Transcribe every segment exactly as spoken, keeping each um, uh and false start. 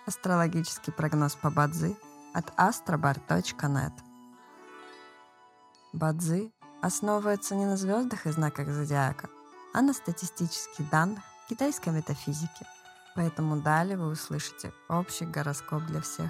Астрологический прогноз по Бадзи от астробар точка нет. Бадзи основывается не на звездах и знаках зодиака, а на статистических данных китайской метафизики. Поэтому далее вы услышите общий гороскоп для всех.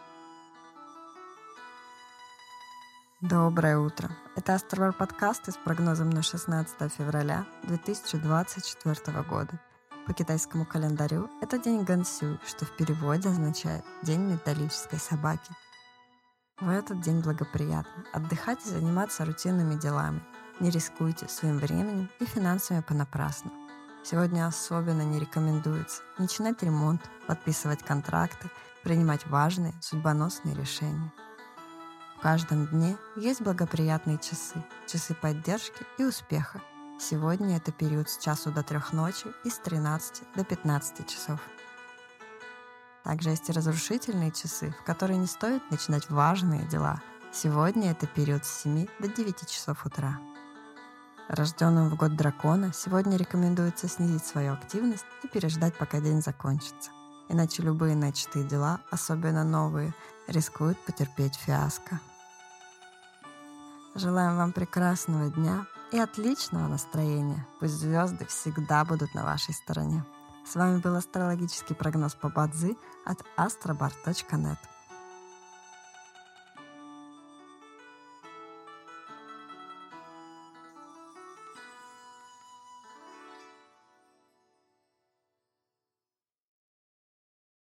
Доброе утро! Это Астробар подкасты с прогнозом на шестнадцатое февраля две тысячи двадцать четвёртого года. По китайскому календарю это день Гансю, что в переводе означает «день металлической собаки». В этот день благоприятно отдыхать и заниматься рутинными делами. Не рискуйте своим временем и финансами понапрасну. Сегодня особенно не рекомендуется начинать ремонт, подписывать контракты, принимать важные судьбоносные решения. В каждом дне есть благоприятные часы, часы поддержки и успеха. Сегодня это период с часу до трех ночи и с тринадцати до пятнадцати часов. Также есть и разрушительные часы, в которые не стоит начинать важные дела. Сегодня это период с семи до девяти часов утра. Рожденным в год дракона сегодня рекомендуется снизить свою активность и переждать, пока день закончится. Иначе любые начатые дела, особенно новые, рискуют потерпеть фиаско. Желаем вам прекрасного дня и отличного настроения. Пусть звезды всегда будут на вашей стороне. С вами был астрологический прогноз по Бадзи от астробар точка нет.